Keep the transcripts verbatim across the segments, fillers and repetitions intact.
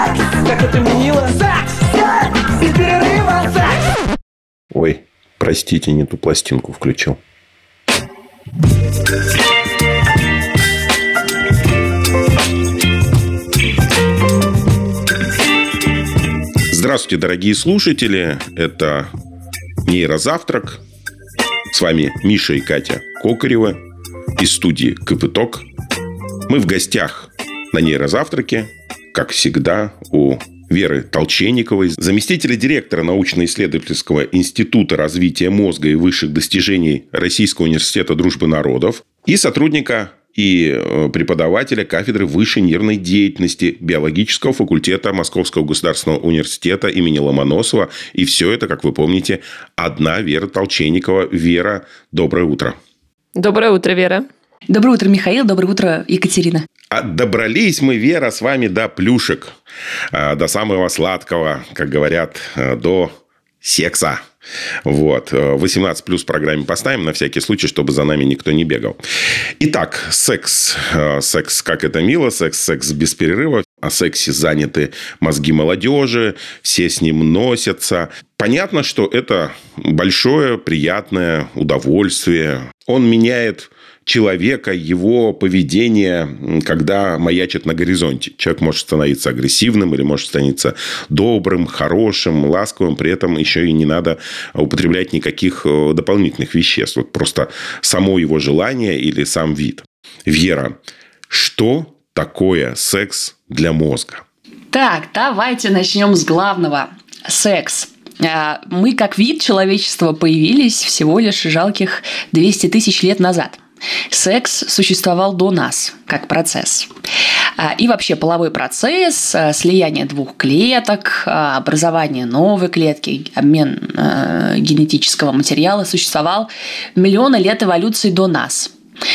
Секс! Как это мило! Секс! Секс! Без перерыва! Секс! Ой, простите, не ту пластинку включил. Здравствуйте, дорогие слушатели. Это нейрозавтрак. С вами Миша и Катя Кокарева из студии КПТОК. Мы в гостях на нейрозавтраке, как всегда, у Веры Толченниковой, заместителя директора научно-исследовательского института развития мозга и высших достижений Российского университета дружбы народов и сотрудника и преподавателя кафедры высшей нервной деятельности биологического факультета Московского государственного университета имени Ломоносова. И все это, как вы помните, одна Вера Толченникова. Вера, доброе утро. Доброе утро, Вера. Доброе утро, Михаил. Доброе утро, Екатерина. А добрались мы, Вера, с вами до плюшек, до самого сладкого, как говорят, до секса. Вот. восемнадцать плюс в программе поставим на всякий случай, чтобы за нами никто не бегал. Итак, секс. Секс, как это мило. Секс, секс без перерыва. О сексе заняты мозги молодежи. Все с ним носятся. Понятно, что это большое, приятное удовольствие. Он меняет человека, его поведение, когда маячит на горизонте. Человек может становиться агрессивным или может становиться добрым, хорошим, ласковым. При этом еще и не надо употреблять никаких дополнительных веществ. Вот просто само его желание или сам вид. Вера, что такое секс для мозга? Так, давайте начнем с главного. Секс. Мы, как вид человечества, появились всего лишь жалких двести тысяч лет назад. Секс существовал до нас, как процесс. И вообще половой процесс, слияние двух клеток, образование новой клетки, обмен генетического материала существовал миллионы лет эволюции до нас.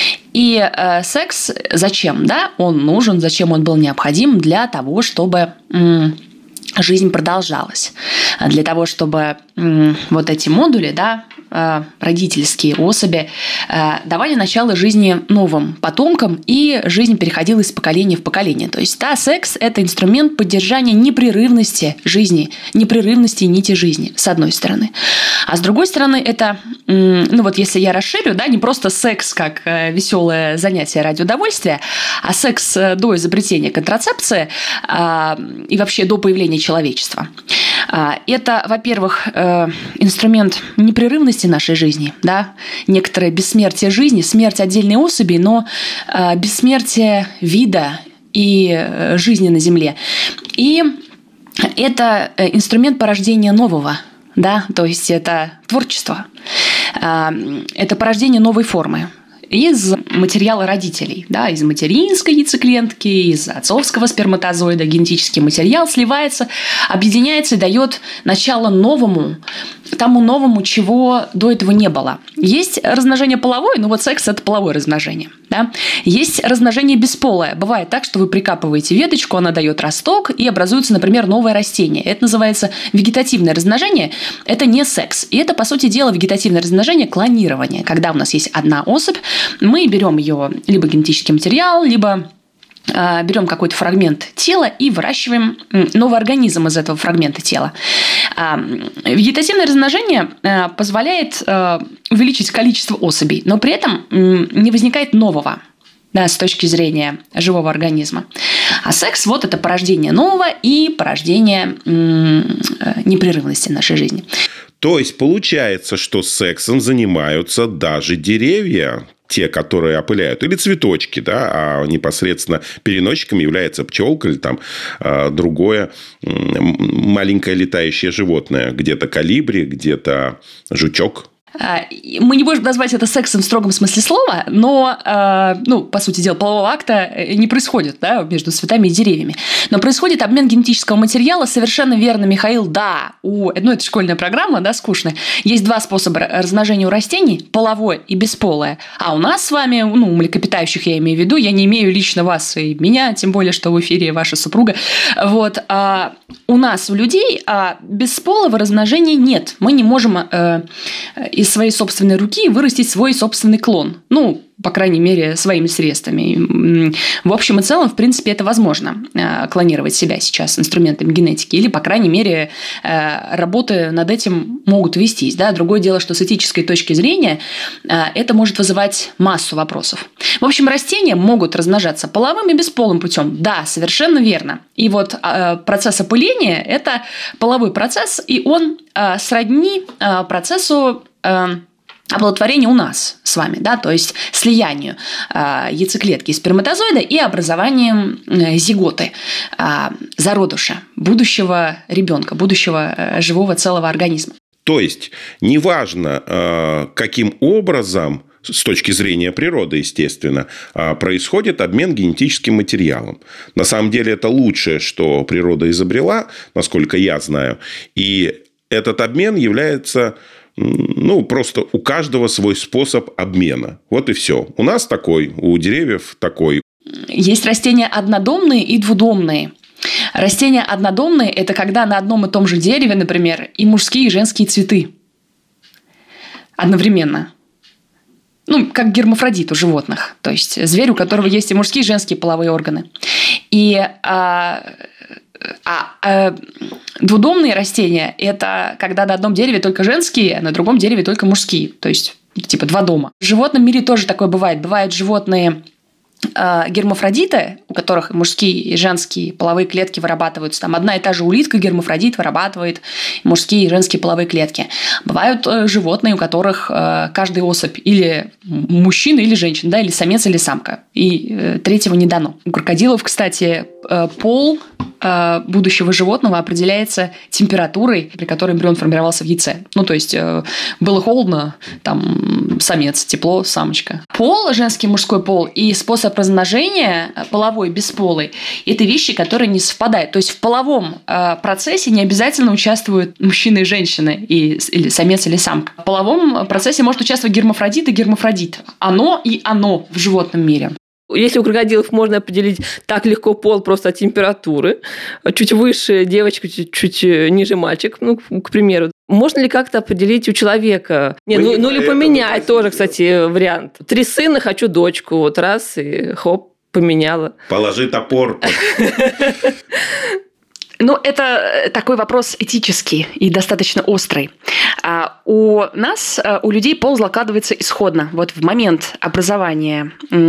И э, секс зачем, да? Он нужен, зачем он был необходим? Для того, чтобы м- жизнь продолжалась. Для того, чтобы м- вот эти модули, да, родительские особи давали начало жизни новым потомкам, и жизнь переходила из поколения в поколение. То есть, да, секс – это инструмент поддержания непрерывности жизни, непрерывности нити жизни, с одной стороны. А с другой стороны, это, ну вот если я расширю, да, не просто секс как веселое занятие ради удовольствия, а секс до изобретения контрацепции и вообще до появления человечества. Это, во-первых, инструмент непрерывности нашей жизни, да, некоторое бессмертие жизни, смерть отдельной особи, но бессмертие вида и жизни на Земле. И это инструмент порождения нового, да, то есть это творчество, это порождение новой формы из материала родителей, да, из материнской яйцеклетки, из отцовского сперматозоида генетический материал сливается, объединяется и дает начало новому, тому новому, чего до этого не было. Есть размножение половое, ну вот секс – это половое размножение. Да? Есть размножение бесполое. Бывает так, что вы прикапываете веточку, она дает росток, и образуется, например, новое растение. Это называется вегетативное размножение. Это не секс. И это, по сути дела, вегетативное размножение – клонирование. Когда у нас есть одна особь, мы берем ее либо генетический материал, либо берем какой-то фрагмент тела и выращиваем новый организм из этого фрагмента тела. Вегетативное размножение позволяет увеличить количество особей, но при этом не возникает нового, да, с точки зрения живого организма. А секс – вот это порождение нового и порождение непрерывности нашей жизни. То есть, получается, что сексом занимаются даже деревья, те, которые опыляют, или цветочки, да, а непосредственно переносчиком является пчелка или там другое маленькое летающее животное. Где-то колибри, где-то жучок. Мы не можем назвать это сексом в строгом смысле слова, но, ну, по сути дела, полового акта не происходит, да, между цветами и деревьями. Но происходит обмен генетического материала. Совершенно верно, Михаил, да, у, ну, это школьная программа, да, скучная. Есть два способа размножения у растений – половое и бесполое. А у нас с вами, ну, у млекопитающих я имею в виду, я не имею лично вас и меня, тем более, что в эфире ваша супруга. Вот, а у нас, у людей, а бесполого размножения нет. Мы не можем э, из своей собственной руки вырастить свой собственный клон. Ну, по крайней мере, своими средствами. В общем и целом, в принципе, это возможно, клонировать себя сейчас инструментами генетики. Или, по крайней мере, работы над этим могут вестись. Да? Другое дело, что с этической точки зрения это может вызывать массу вопросов. В общем, растения могут размножаться половым и бесполым путем. Да, совершенно верно. И вот процесс опыления – это половой процесс, и он сродни процессу оплодотворения у нас с вами, да, то есть слиянию э, яйцеклетки и сперматозоида и образованием э, зиготы, э, зародыша, будущего ребенка, будущего э, живого целого организма. То есть, неважно, э, каким образом, с точки зрения природы, естественно, э, происходит обмен генетическим материалом. На самом деле, это лучшее, что природа изобрела, насколько я знаю, и этот обмен является... Ну, просто у каждого свой способ обмена. Вот и все. У нас такой, у деревьев такой. Есть растения однодомные и двудомные. Растения однодомные – это когда на одном и том же дереве, например, и мужские, и женские цветы. Одновременно. Ну, как гермафродит у животных. То есть, зверь, у которого есть и мужские, и женские половые органы. И... А... А, а двудомные растения – это когда на одном дереве только женские, а на другом дереве только мужские. То есть, типа два дома. В животном мире тоже такое бывает. Бывают животные э, гермафродиты, у которых и мужские, и женские половые клетки вырабатываются. Там одна и та же улитка гермафродит вырабатывает мужские и женские половые клетки. Бывают э, животные, у которых э, каждый особь или мужчина, или женщина, да, или самец, или самка. И э, третьего не дано. У крокодилов, кстати, э, пол будущего животного определяется температурой, при которой эмбрион формировался в яйце. Ну, то есть, было холодно, там, самец, тепло, самочка. Пол, женский, мужской пол и способ размножения, половой, бесполый, это вещи, которые не совпадают. То есть, в половом процессе не обязательно участвуют мужчины и женщины, и, или самец, или самка. В половом процессе может участвовать гермафродит и гермафродит. Оно и оно в животном мире. Если у крокодилов можно определить так легко пол просто от температуры, чуть выше девочка, чуть, чуть ниже мальчик, ну, к примеру, можно ли как-то определить у человека? Не, ну, ну или поменять тоже, кстати, вариант. Три сына, хочу дочку, вот раз и хоп, поменяла. Положи топор. Ну, это такой вопрос этический и достаточно острый. А у нас, у людей пол закладывается исходно. Вот в момент образования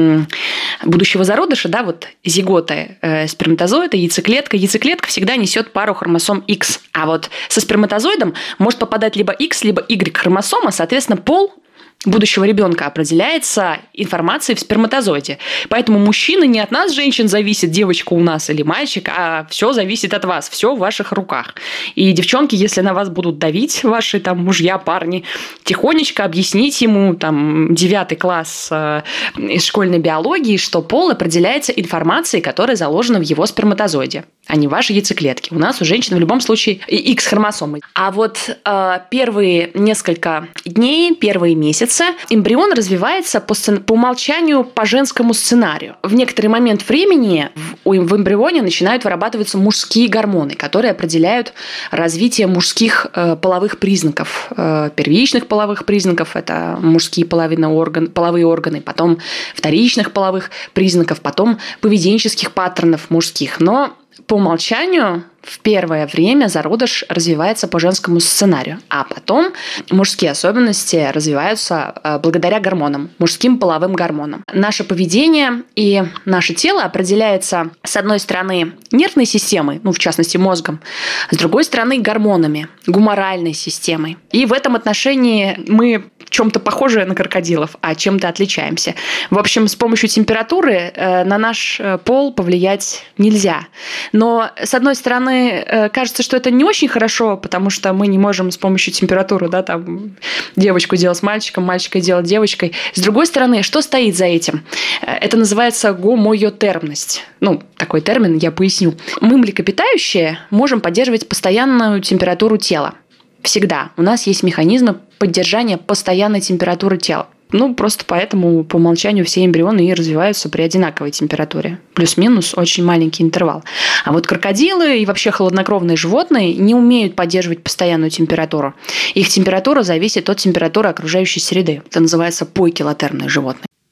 будущего зародыша, да, вот зиготы, э, сперматозоида, яйцеклетка. Яйцеклетка всегда несет пару хромосом X. А вот со сперматозоидом может попадать либо X, либо Y хромосома, соответственно, пол будущего ребенка определяется информацией в сперматозоиде. Поэтому мужчина не от нас, женщин, зависит, девочка у нас или мальчик, а все зависит от вас, все в ваших руках. И, девчонки, если на вас будут давить ваши там мужья, парни, тихонечко объяснить ему, там, девятый класс э, из школьной биологии, что пол определяется информацией, которая заложена в его сперматозоиде, а не в вашей яйцеклетке. У нас, у женщин в любом случае X-хромосомы. А вот э, первые несколько дней, первые месяцы эмбрион развивается по, сцен... по умолчанию по женскому сценарию. В некоторый момент времени в, в эмбрионе начинают вырабатываться мужские гормоны, которые определяют развитие мужских э, половых признаков. Э, первичных половых признаков – это мужские половины орган... половые органы, потом вторичных половых признаков, потом поведенческих паттернов мужских. Но по умолчанию в первое время зародыш развивается по женскому сценарию, а потом мужские особенности развиваются благодаря гормонам, мужским половым гормонам. Наше поведение и наше тело определяется, с одной стороны, нервной системой, ну, в частности, мозгом, с другой стороны, гормонами, гуморальной системой. И в этом отношении мы в чем-то похожи на крокодилов, а чем-то отличаемся. В общем, с помощью температуры на наш пол повлиять нельзя. Но, с одной стороны, кажется, что это не очень хорошо, потому что мы не можем с помощью температуры, да, там, девочку делать с мальчиком, мальчика делать девочкой. С другой стороны, что стоит за этим? Это называется гомоеотермность. Ну, такой термин, я поясню. Мы, млекопитающие, можем поддерживать постоянную температуру тела. Всегда. У нас есть механизмы поддержания постоянной температуры тела. Ну, просто поэтому по умолчанию все эмбрионы и развиваются при одинаковой температуре. Плюс-минус очень маленький интервал. А вот крокодилы и вообще холоднокровные животные не умеют поддерживать постоянную температуру. Их температура зависит от температуры окружающей среды. Это называется поикилотермные животные.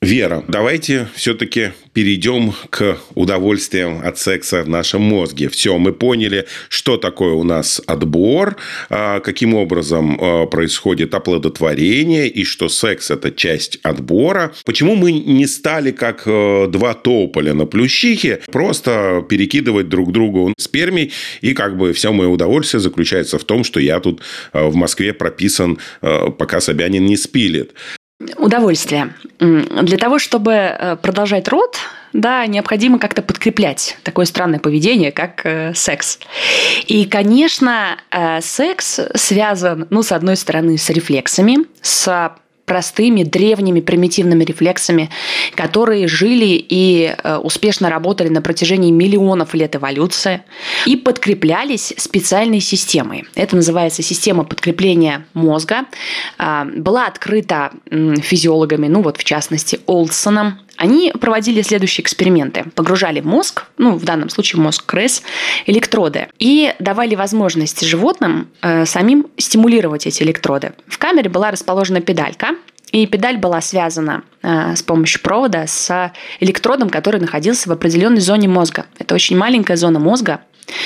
Вера, давайте все-таки перейдем к удовольствиям от секса в нашем мозге. Все, мы поняли, что такое у нас отбор, каким образом происходит оплодотворение, и что секс – это часть отбора. Почему мы не стали, как два тополя на плющихе, просто перекидывать друг другу спермий, и как бы все мое удовольствие заключается в том, что я тут в Москве прописан, пока Собянин не спилит. Удовольствие. Для того, чтобы продолжать род, да, необходимо как-то подкреплять такое странное поведение, как э, секс. И, конечно, э, секс связан, ну, с одной стороны, с рефлексами, с простыми, древними, примитивными рефлексами, которые жили и э, успешно работали на протяжении миллионов лет эволюции и подкреплялись специальной системой. Это называется система подкрепления мозга. Э, была открыта э, физиологами, ну вот в частности Олдсоном. Они проводили следующие эксперименты. Погружали в мозг, ну, в данном случае в мозг крыс, электроды. И давали возможность животным э, самим стимулировать эти электроды. В камере была расположена педалька, и педаль была связана э, с помощью провода с электродом, который находился в определенной зоне мозга. Это очень маленькая зона мозга,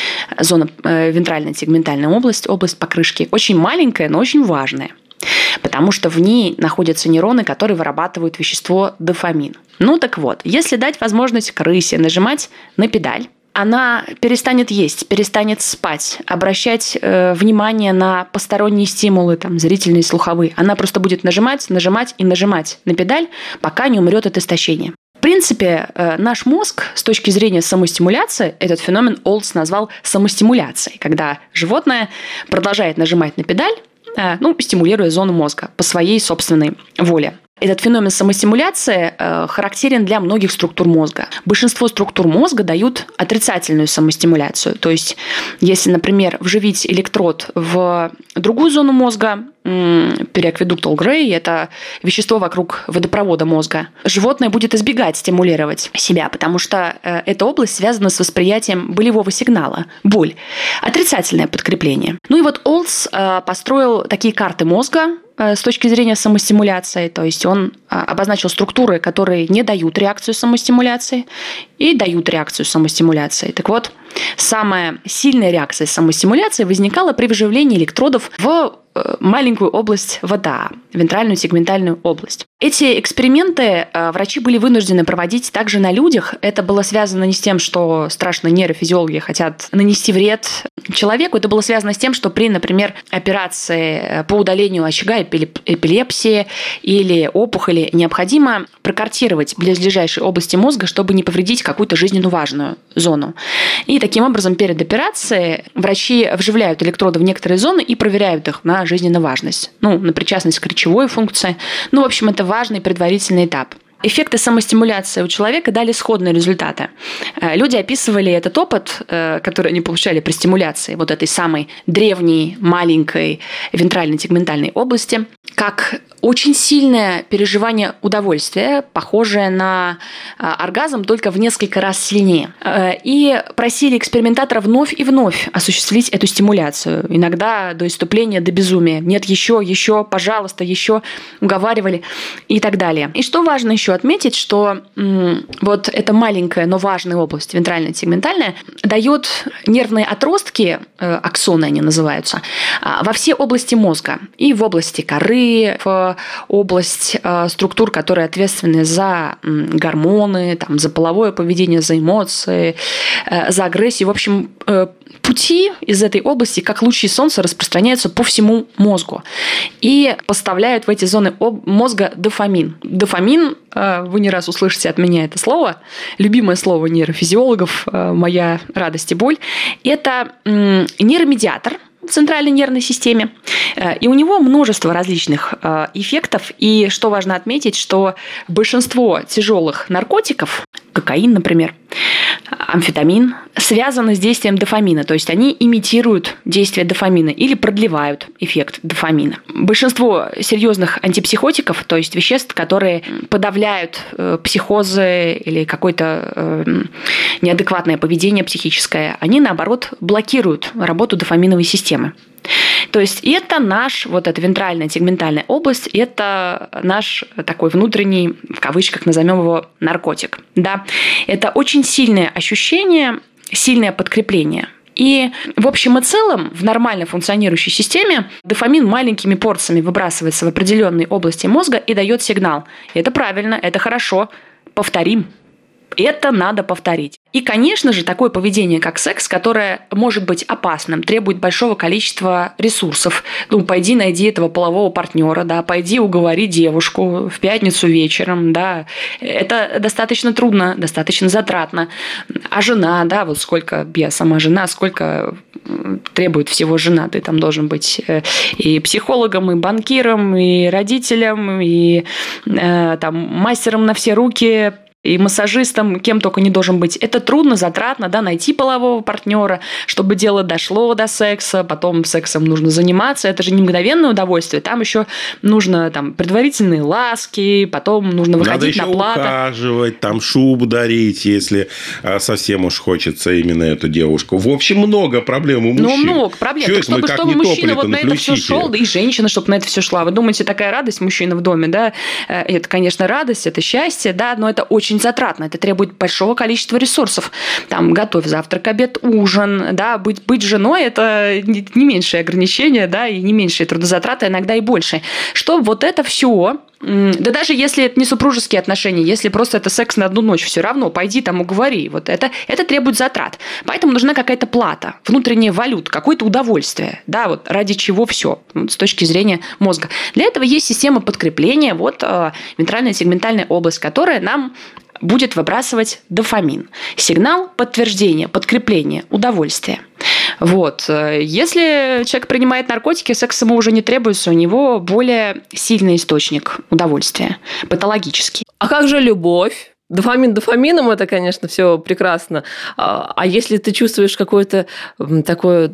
зона э, вентрально-тегментальная область, область покрышки. Очень маленькая, но очень важная. Потому что в ней находятся нейроны, которые вырабатывают вещество дофамин. Ну так вот, если дать возможность крысе нажимать на педаль, она перестанет есть, перестанет спать, обращать э, внимание на посторонние стимулы, там, зрительные, слуховые. Она просто будет нажимать, нажимать и нажимать на педаль, пока не умрет от истощения. В принципе, э, наш мозг с точки зрения самостимуляции, этот феномен Олдс назвал самостимуляцией, когда животное продолжает нажимать на педаль, ну, стимулируя зону мозга по своей собственной воле. Этот феномен самостимуляции э, характерен для многих структур мозга. Большинство структур мозга дают отрицательную самостимуляцию. То есть, если, например, вживить электрод в другую зону мозга, периакведуктал Грей, это вещество вокруг водопровода мозга, животное будет избегать стимулировать себя, потому что э, эта область связана с восприятием болевого сигнала, боль, отрицательное подкрепление. Ну и вот Олдс э, построил такие карты мозга с точки зрения самостимуляции, то есть он обозначил структуры, которые не дают реакцию самостимуляции и дают реакцию самостимуляции. Так вот, самая сильная реакция самостимуляции возникала при вживлении электродов в маленькую область ВТА, вентральную сегментальную область. Эти эксперименты врачи были вынуждены проводить также на людях. Это было связано не с тем, что страшно нейрофизиологи хотят нанести вред человеку. Это было связано с тем, что при, например, операции по удалению очага эпилепсии или опухоли необходимо прокартировать близлежащие области мозга, чтобы не повредить какую-то жизненно важную зону. И таким образом перед операцией врачи вживляют электроды в некоторые зоны и проверяют их на жизненную важность, ну, на причастность к речевой функции. Ну, в общем, это важный предварительный этап. Эффекты самостимуляции у человека дали сходные результаты. Люди описывали этот опыт, который они получали при стимуляции вот этой самой древней, маленькой вентрально-тегментальной области, как очень сильное переживание удовольствия, похожее на оргазм, только в несколько раз сильнее. И просили экспериментатора вновь и вновь осуществить эту стимуляцию. Иногда до исступления, до безумия. Нет, еще, еще, пожалуйста, еще, уговаривали и так далее. И что важно еще отметить, что м, вот эта маленькая, но важная область, вентрально-сегментальная, дает нервные отростки, э, аксоны они называются, э, во все области мозга. И в области коры, в область э, структур, которые ответственны за э, гормоны, там, за половое поведение, за эмоции, э, за агрессию. В общем, э, пути из этой области, как лучи солнца, распространяются по всему мозгу и поставляют в эти зоны мозга дофамин. Дофамин, вы не раз услышите от меня это слово, любимое слово нейрофизиологов, моя радость и боль, это нейромедиатор в центральной нервной системе. И у него множество различных эффектов. И что важно отметить, что большинство тяжелых наркотиков, кокаин, например, амфетамин, связаны с действием дофамина. То есть они имитируют действие дофамина или продлевают эффект дофамина. Большинство серьезных антипсихотиков, то есть веществ, которые подавляют э, психозы или какое-то э, неадекватное поведение психическое, они, наоборот, блокируют работу дофаминовой системы. То есть это наш, вот эта вентральная тегментальная область, это наш такой внутренний, в кавычках назовем его, наркотик. Да? Это очень сильное ощущение, сильное подкрепление. И в общем и целом в нормально функционирующей системе дофамин маленькими порциями выбрасывается в определенные области мозга и дает сигнал. Это правильно, это хорошо, повторим. Это надо повторить. И, конечно же, такое поведение, как секс, которое может быть опасным, требует большого количества ресурсов. Ну, пойди найди этого полового партнера, да, пойди уговори девушку в пятницу вечером, да. Это достаточно трудно, достаточно затратно. А жена, да, вот сколько, я сама жена, сколько требует всего жена. Ты там должен быть и психологом, и банкиром, и родителем, и э, там мастером на все руки, и массажистом, кем только не должен быть. Это трудно, затратно, да, найти полового партнера, чтобы дело дошло до секса, потом сексом нужно заниматься. Это же не мгновенное удовольствие. Там еще нужно там, предварительные ласки, потом нужно выходить на плату. Надо еще ухаживать, там шубу дарить, если совсем уж хочется именно эту девушку. В общем, много проблем у мужчин. Ну, много проблем. Так, чтобы, чтобы мужчина вот на это все шел, да и женщина, чтобы на это все шла. Вы думаете, такая радость мужчина в доме, да? Это, конечно, радость, это счастье, да, но это очень затратно. Это требует большого количества ресурсов. Там, готовь завтрак, обед, ужин, да, быть, быть женой – это не меньшее ограничение, да, и не меньшие трудозатраты, иногда и больше. Чтобы вот это все, да даже если это не супружеские отношения, если просто это секс на одну ночь, все равно пойди там уговори. Вот это, это требует затрат. Поэтому нужна какая-то плата, внутренняя валюта, какое-то удовольствие, да, вот ради чего все вот, с точки зрения мозга. Для этого есть система подкрепления, вот э, вентральная тегментальная область, которая нам будет выбрасывать дофамин. Сигнал подтверждения, подкрепления, удовольствия. Вот. Если человек принимает наркотики, секс ему уже не требуется, у него более сильный источник удовольствия, патологический. А как же любовь? Дофамин дофамином, это, конечно, все прекрасно. А если ты чувствуешь какое-то такое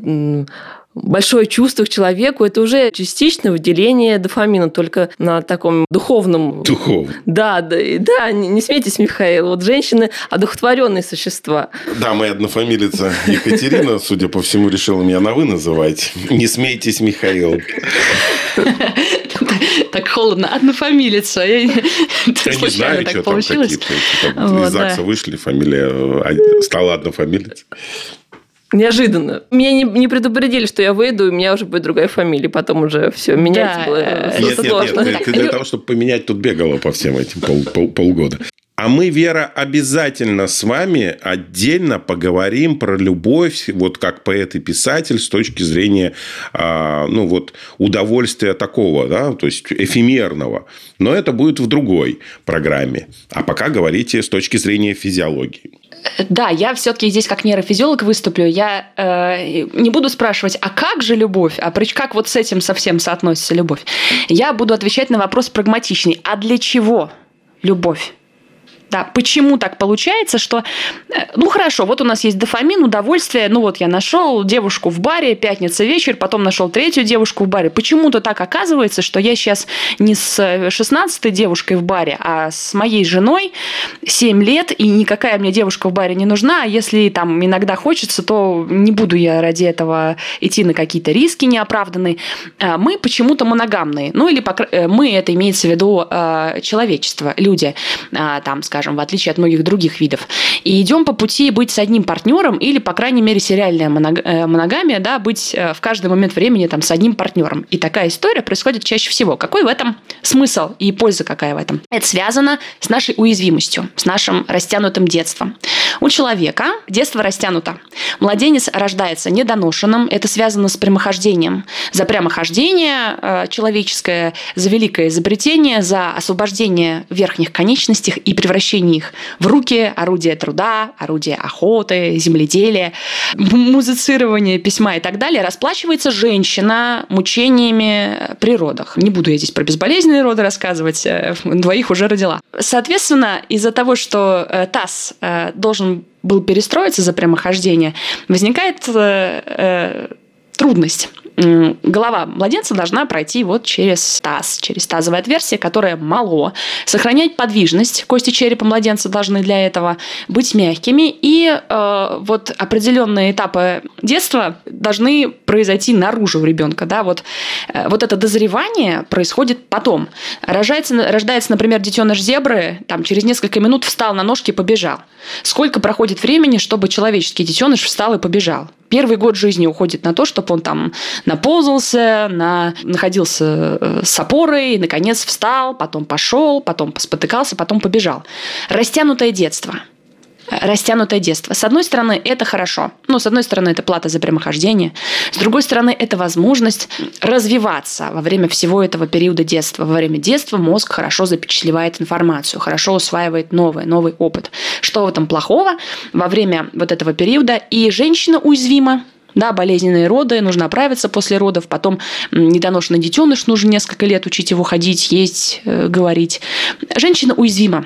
большое чувство к человеку, это уже частично выделение дофамина, только на таком духовном... Духовном. Да, да, да, не смейтесь, Михаил. Вот женщины одухотворенные существа. Да, моя однофамилица Екатерина, судя по всему, решила меня на «вы» называть. Не смейтесь, Михаил. Так холодно. Однофамилица. Я не знаю, что там какие-то. Из ЗАГСа вышли, фамилия стала однофамилицей. Неожиданно. Меня не, не предупредили, что я выйду, и у меня уже будет другая фамилия. Потом уже все менять да. было нет, сложно. Нет, нет, ты для того, чтобы поменять, тут бегала по всем этим пол, пол, полгода. А мы, Вера, обязательно с вами отдельно поговорим про любовь, вот как поэт и писатель, с точки зрения а, ну, вот, удовольствия такого, да, то есть эфемерного. Но это будет в другой программе. А пока говорите с точки зрения физиологии. Да, я все-таки здесь как нейрофизиолог выступлю. Я э, не буду спрашивать, а как же любовь, а как вот с этим совсем соотносится любовь. Я буду отвечать на вопрос прагматичный. А для чего любовь? Да, почему так получается, что, ну хорошо, вот у нас есть дофамин, удовольствие, ну вот я нашел девушку в баре, пятница вечер, потом нашел третью девушку в баре. Почему-то так оказывается, что я сейчас не с шестнадцатой девушкой в баре, а с моей женой семь лет, и никакая мне девушка в баре не нужна, а если там иногда хочется, то не буду я ради этого идти на какие-то риски неоправданные. Мы почему-то моногамные, ну или мы, это имеется в виду человечество, люди, там, скажем, в отличие от многих других видов. И идем по пути быть с одним партнером или, по крайней мере, сериальная моногамия, да, быть в каждый момент времени там, с одним партнером. И такая история происходит чаще всего. Какой в этом смысл и польза какая в этом? Это связано с нашей уязвимостью, с нашим растянутым детством. У человека детство растянуто. Младенец рождается недоношенным. Это связано с прямохождением. За прямохождение э, человеческое, за великое изобретение, за освобождение верхних конечностей и превращение их в руки, орудие труда, орудие охоты, земледелия, музицирование, письма и так далее, расплачивается женщина мучениями при родах. Не буду я здесь про безболезненные роды рассказывать, двоих уже родила. Соответственно, из-за того, что таз должен был перестроиться за прямохождение, возникает трудность. голова младенца должна пройти вот через таз, через тазовое отверстие, которое мало, сохранять подвижность. Кости черепа младенца должны для этого быть мягкими. И э, вот определенные этапы детства должны произойти наружу у ребенка. Да? Вот, э, вот это дозревание происходит потом. Рождается, рождается, например, детеныш зебры, там, через несколько минут встал на ножки и побежал. Сколько проходит времени, чтобы человеческий детеныш встал и побежал? Первый год жизни уходит на то, чтобы он там наползался, на... находился с опорой, наконец встал, потом пошел, потом поспотыкался, потом побежал. Растянутое детство. Растянутое детство. С одной стороны, это хорошо. Ну, с одной стороны, это плата за прямохождение. С другой стороны, это возможность развиваться во время всего этого периода детства. Во время детства мозг хорошо запечатлевает информацию, хорошо усваивает новое, новый опыт. Что в этом плохого? Во время вот этого периода и женщина уязвима. Да, болезненные роды, нужно оправиться после родов, потом недоношенный детеныш, нужно несколько лет учить его ходить, есть, говорить. Женщина уязвима.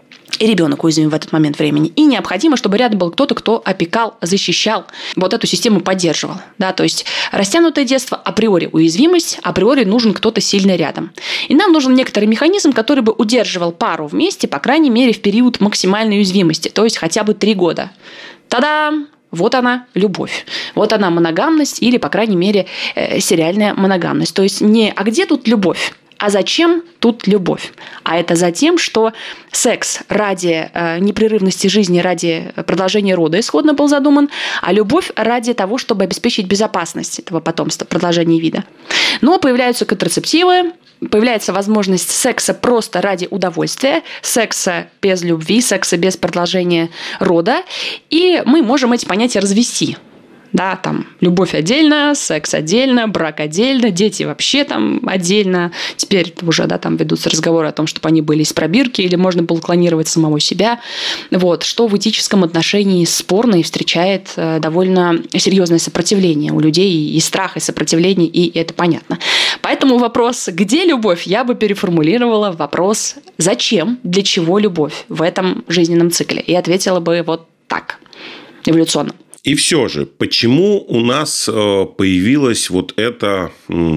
И ребенок уязвим в этот момент времени. И необходимо, чтобы рядом был кто-то, кто опекал, защищал, вот эту систему поддерживал. Да, то есть растянутое детство априори уязвимость, априори нужен кто-то сильный рядом. И нам нужен некоторый механизм, который бы удерживал пару вместе, по крайней мере, в период максимальной уязвимости, то есть хотя бы три года. Та-дам! Вот она, любовь. Вот она, моногамность или, по крайней мере, сериальная моногамность. То есть не «а где тут любовь?», а зачем тут любовь? А это за тем, что секс ради э, непрерывности жизни, ради продолжения рода исходно был задуман, а любовь ради того, чтобы обеспечить безопасность этого потомства, продолжения вида. Но появляются контрацептивы, появляется возможность секса просто ради удовольствия, секса без любви, секса без продолжения рода, и мы можем эти понятия развести. Да, там любовь отдельно, секс отдельно, брак отдельно, дети вообще там отдельно. Теперь уже, да, там ведутся разговоры о том, чтобы они были из пробирки или можно было клонировать самого себя. Вот, что в этическом отношении спорно и встречает довольно серьезное сопротивление у людей, и страх, и сопротивление, и это понятно. Поэтому вопрос «где любовь?» я бы переформулировала в вопрос «зачем?», «для чего любовь?» в этом жизненном цикле. И ответила бы вот так, эволюционно. И все же, почему у нас появилось вот это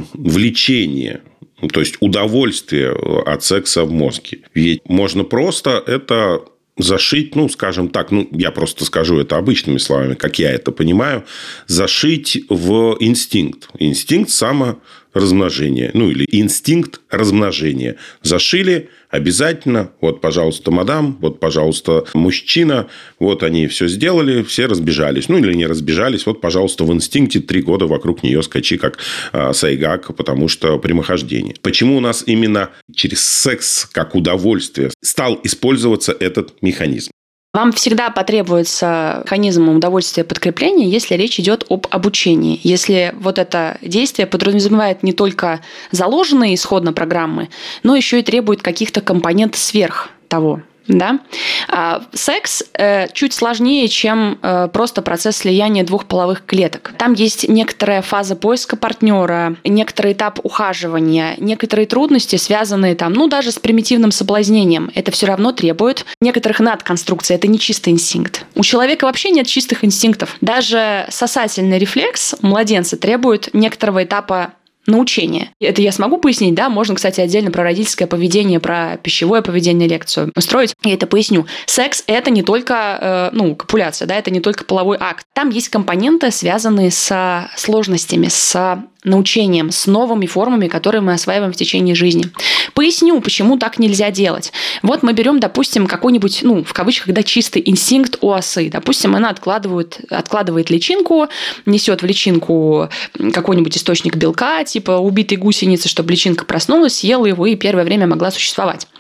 влечение, то есть удовольствие от секса в мозге? Ведь можно просто это зашить, ну, скажем так, ну, я просто скажу это обычными словами, как я это понимаю, зашить в инстинкт. Инстинкт саморазмножения, ну, или инстинкт размножения. Зашили обязательно, вот, пожалуйста, мадам, вот, пожалуйста, мужчина, вот они все сделали, все разбежались. Ну, или не разбежались, вот, пожалуйста, в инстинкте три года вокруг нее скачи, как э, сайгак, потому что прямохождение. Почему у нас именно через секс, как удовольствие, стал использоваться этот механизм? Вам всегда потребуется механизм удовольствия подкрепления, если речь идет об обучении. Если вот это действие подразумевает не только заложенные исходно программы, но еще и требует каких-то компонентов сверх того. Да? А секс э, чуть сложнее, чем э, просто процесс слияния двух половых клеток. Там есть некоторая фаза поиска партнера, некоторый этап ухаживания, некоторые трудности, связанные там, ну, даже с примитивным соблазнением. Это все равно требует некоторых надконструкций. Это не чистый инстинкт. У человека вообще нет чистых инстинктов. Даже сосательный рефлекс младенца требует некоторого этапа научение. Это я смогу пояснить, да? Можно, кстати, отдельно про родительское поведение, про пищевое поведение лекцию устроить. Я это поясню. Секс – это не только, э, ну, копуляция, да, это не только половой акт. Там есть компоненты, связанные с сложностями, с научением, с новыми формами, которые мы осваиваем в течение жизни. Поясню, почему так нельзя делать. Вот мы берем, допустим, какой-нибудь, ну, в кавычках, да, чистый инстинкт у осы. Допустим, она откладывает, откладывает личинку, несет в личинку какой-нибудь источник белка, типа убитой гусеницы, чтобы личинка проснулась, съела его и первое время могла существовать.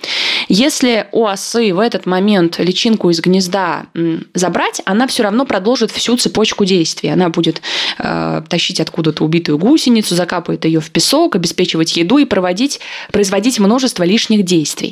Если у осы в этот момент личинку из гнезда забрать, она все равно продолжит всю цепочку действий. Она будет э, тащить откуда-то убитую гусеницу, закапывает ее в песок, обеспечивать еду и проводить, производить множество лишних действий.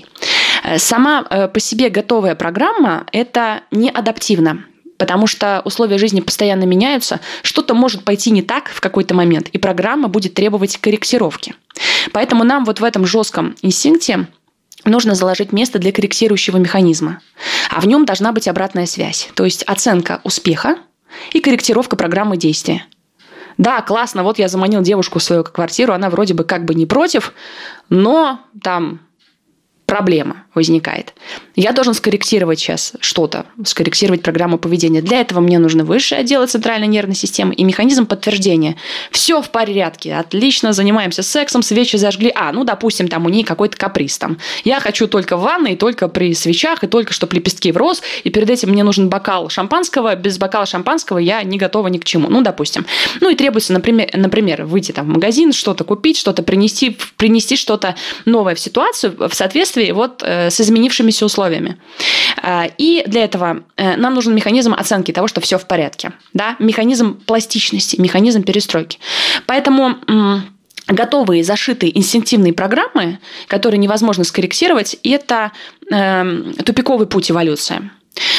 Сама э, по себе готовая программа – это не адаптивно. Потому что условия жизни постоянно меняются, что-то может пойти не так в какой-то момент, и программа будет требовать корректировки. Поэтому нам вот в этом жестком инстинкте нужно заложить место для корректирующего механизма. А в нем должна быть обратная связь, то есть оценка успеха и корректировка программы действия. Да, классно, вот я заманил девушку в свою квартиру, она вроде бы как бы не против, но там проблема возникает. Я должен скорректировать сейчас что-то, скорректировать программу поведения. Для этого мне нужны высшие отделы центральной нервной системы и механизм подтверждения. Все в порядке, отлично, занимаемся сексом, свечи зажгли. А, ну, допустим, там у нее какой-то каприз. Там. Я хочу только в ванной, только при свечах, и только чтобы лепестки в роз, и перед этим мне нужен бокал шампанского. Без бокала шампанского я не готова ни к чему. Ну, допустим. Ну, и требуется, например, например выйти там в магазин, что-то купить, что-то принести, принести что-то новое в ситуацию в соответствии вот с изменившимися условиями. И для этого нам нужен механизм оценки того, что все в порядке. Да? Механизм пластичности, механизм перестройки. Поэтому готовые, зашитые инстинктивные программы, которые невозможно скорректировать, это тупиковый путь эволюции.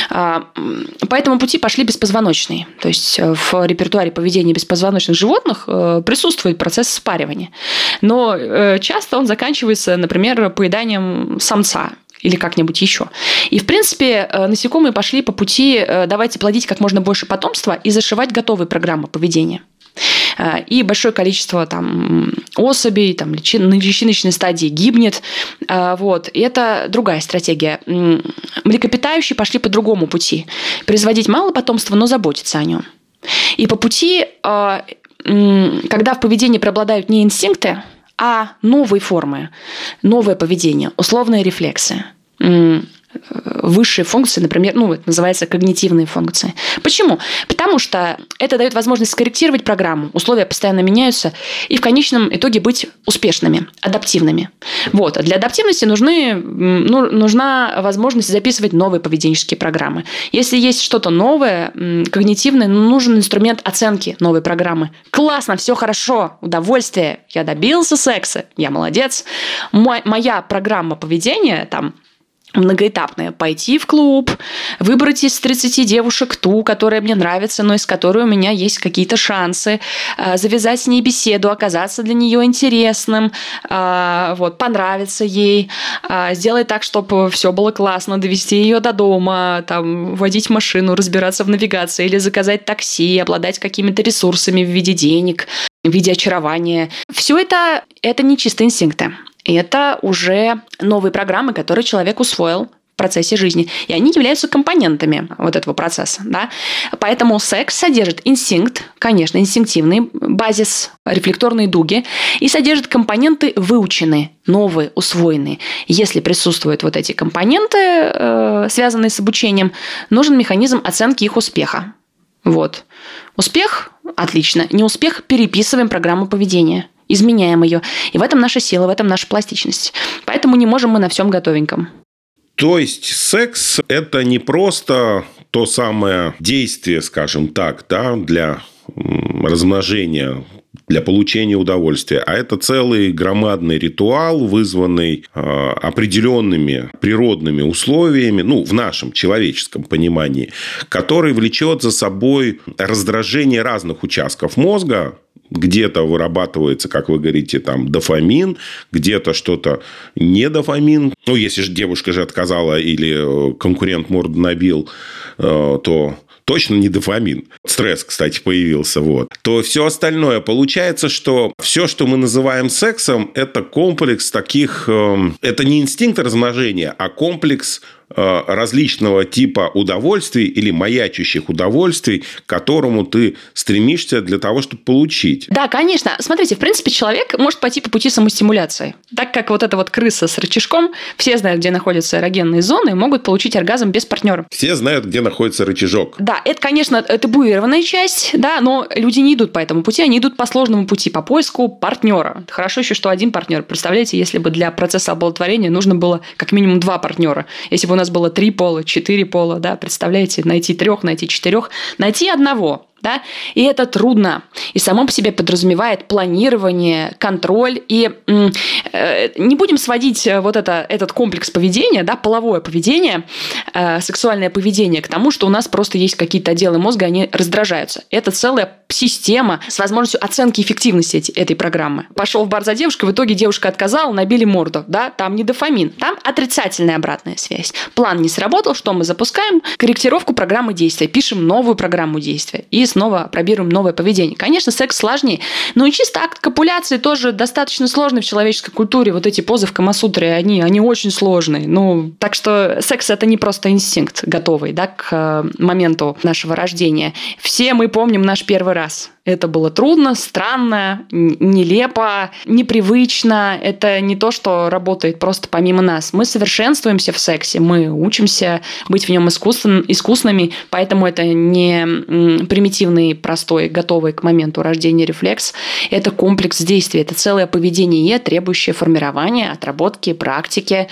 По этому пути пошли беспозвоночные. То есть в репертуаре поведения беспозвоночных животных присутствует процесс спаривания. Но часто он заканчивается, например, поеданием самца или как-нибудь еще. И, в принципе, насекомые пошли по пути давайте плодить как можно больше потомства и зашивать готовые программы поведения. И большое количество там, особей там, на личиночной стадии гибнет. Вот. И это другая стратегия. Млекопитающие пошли по другому пути. Производить мало потомства, но заботиться о нем. И по пути, когда в поведении преобладают не инстинкты, а новые формы, новое поведение, условные рефлексы. Высшие функции, например, ну, это называется когнитивные функции. Почему? Потому что это дает возможность скорректировать программу, условия постоянно меняются, и в конечном итоге быть успешными, адаптивными. Вот. А для адаптивности нужны, ну, нужна возможность записывать новые поведенческие программы. Если есть что-то новое, когнитивное, нужен инструмент оценки новой программы. Классно, все хорошо, удовольствие, я добился секса, я молодец. Моя программа поведения там многоэтапная. Пойти в клуб, выбрать из тридцати девушек ту, которая мне нравится, но из которой у меня есть какие-то шансы, завязать с ней беседу, оказаться для нее интересным, вот, понравиться ей, сделать так, чтобы все было классно, довести ее до дома, там, водить машину, разбираться в навигации или заказать такси, обладать какими-то ресурсами в виде денег, в виде очарования. Все это, это не чисто инстинкты. Это уже новые программы, которые человек усвоил в процессе жизни. И они являются компонентами вот этого процесса. Да? Поэтому секс содержит инстинкт, конечно, инстинктивный базис, рефлекторные дуги, и содержит компоненты выученные, новые, усвоенные. Если присутствуют вот эти компоненты, э, связанные с обучением, нужен механизм оценки их успеха. Вот. Успех – отлично. Неуспех – переписываем программу поведения. Изменяем ее. И в этом наша сила, в этом наша пластичность. Поэтому не можем мы на всем готовеньком. То есть секс – это не просто то самое действие, скажем так, да, для размножения, для получения удовольствия, а это целый громадный ритуал, вызванный э, определенными природными условиями, ну, в нашем человеческом понимании, который влечет за собой раздражение разных участков мозга. Где-то вырабатывается, как вы говорите, там дофамин, где-то что-то не дофамин. Ну, если же девушка же отказала или конкурент морду набил, то точно не дофамин. Стресс, кстати, появился. Вот. То все остальное. Получается, что все, что мы называем сексом, это комплекс таких... Это не инстинкт размножения, а комплекс различного типа удовольствий или маячащих удовольствий, к которому ты стремишься для того, чтобы получить. Да, конечно. Смотрите, в принципе, человек может пойти по пути самостимуляции. Так как вот эта вот крыса с рычажком, все знают, где находятся эрогенные зоны, могут получить оргазм без партнера. Все знают, где находится рычажок. Да, это, конечно, табуированная часть, да, но люди не идут по этому пути, они идут по сложному пути, по поиску партнера. Хорошо еще, что один партнер. Представляете, если бы для процесса оплодотворения нужно было как минимум два партнера. Если бы у нас было три пола, четыре пола, да, представляете, найти трех, найти четырех, найти одного. Да? И это трудно. И само по себе подразумевает планирование, контроль. И э, не будем сводить вот это, этот комплекс поведения, да, половое поведение, э, сексуальное поведение к тому, что у нас просто есть какие-то отделы мозга, они раздражаются. Это целая система с возможностью оценки эффективности эти, этой программы. Пошел в бар за девушкой, в итоге девушка отказала, набили морду. Да? Там не дофамин, там отрицательная обратная связь. План не сработал, что мы запускаем? Корректировку программы действия. Пишем новую программу действия. И с снова пробируем новое поведение. Конечно, секс сложнее, но и чисто акт копуляции тоже достаточно сложный в человеческой культуре. Вот эти позы в Камасутре, они, они очень сложные. Ну, так что секс – это не просто инстинкт готовый, да, к моменту нашего рождения. Все мы помним наш первый раз. Это было трудно, странно, нелепо, непривычно. Это не то, что работает просто помимо нас. Мы совершенствуемся в сексе, мы учимся быть в нем искусствен, искусными, поэтому это не примитивный, простой, готовый к моменту рождения рефлекс. Это комплекс действий, это целое поведение, требующее формирования, отработки, практики,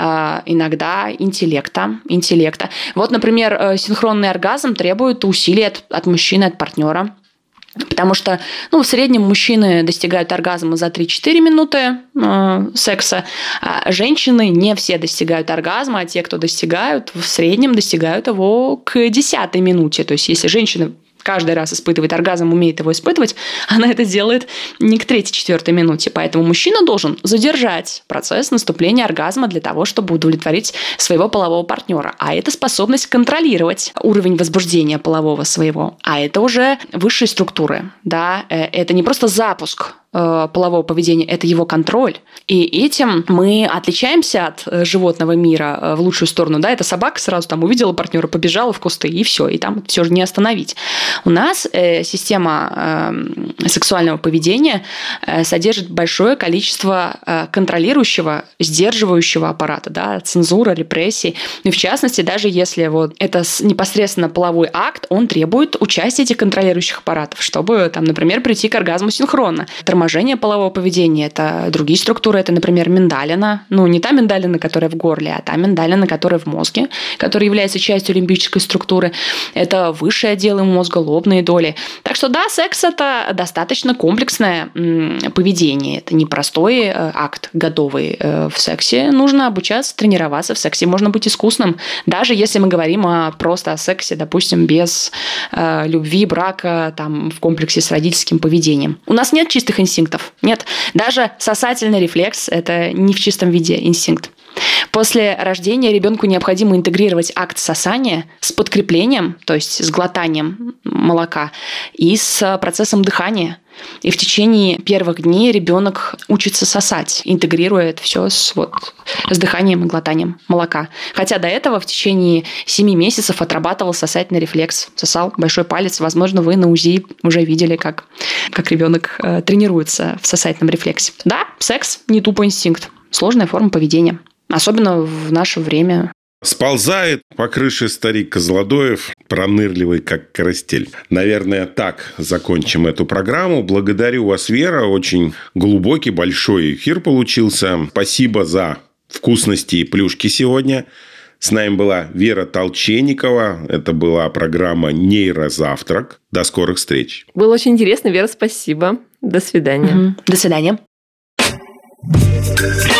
иногда интеллекта. интеллекта. Вот, например, синхронный оргазм требует усилий от, от мужчины, от партнера. Потому что, ну, в среднем мужчины достигают оргазма за три-четыре минуты э, секса, а женщины не все достигают оргазма, а те, кто достигают, в среднем достигают его к десятой минуте. То есть, если женщина каждый раз испытывает оргазм, умеет его испытывать, она это делает не к третьей-четвертой минуте. Поэтому мужчина должен задержать процесс наступления оргазма для того, чтобы удовлетворить своего полового партнера. А это способность контролировать уровень возбуждения полового своего. А это уже высшие структуры. Да? Это не просто запуск полового поведения, это его контроль. И этим мы отличаемся от животного мира в лучшую сторону. Да, эта собака сразу там увидела партнера, побежала в кусты, и все, и там все же не остановить. У нас э, система э, сексуального поведения э, содержит большое количество э, контролирующего, сдерживающего аппарата, да, цензура, репрессии. И в частности, даже если вот это непосредственно половой акт, он требует участия этих контролирующих аппаратов, чтобы, там, например, прийти к оргазму синхронно. Торможение полового поведения – это другие структуры, это, например, миндалина. Ну, не та миндалина, которая в горле, а та миндалина, которая в мозге, которая является частью лимбической структуры. Это высшие отделы мозга, лобные доли. Так что да, секс – это достаточно комплексное поведение. Это не простой акт готовый в сексе. Нужно обучаться, тренироваться в сексе. Можно быть искусным, даже если мы говорим о, просто о сексе, допустим, без э, любви, брака, там, в комплексе с родительским поведением. У нас нет чистых инстинктов. Нет. Даже сосательный рефлекс – это не в чистом виде инстинкт. После рождения ребенку необходимо интегрировать акт сосания с подкреплением, то есть с глотанием молока, и с процессом дыхания. И в течение первых дней ребенок учится сосать, интегрируя это все с, вот, с дыханием и глотанием молока. Хотя до этого в течение семи месяцев отрабатывал сосательный рефлекс. Сосал большой палец. Возможно, вы на УЗИ уже видели, как, как ребенок э, тренируется в сосательном рефлексе. Да, секс не тупо инстинкт. Сложная форма поведения. Особенно в наше время. Сползает по крыше старик Козлодоев, пронырливый, как карастель. Наверное, так закончим эту программу. Благодарю вас, Вера. Очень глубокий, большой эфир получился. Спасибо за вкусности и плюшки сегодня. С нами была Вера Толченникова. Это была программа «Нейрозавтрак». До скорых встреч. Было очень интересно, Вера, спасибо. До свидания. Угу. До свидания.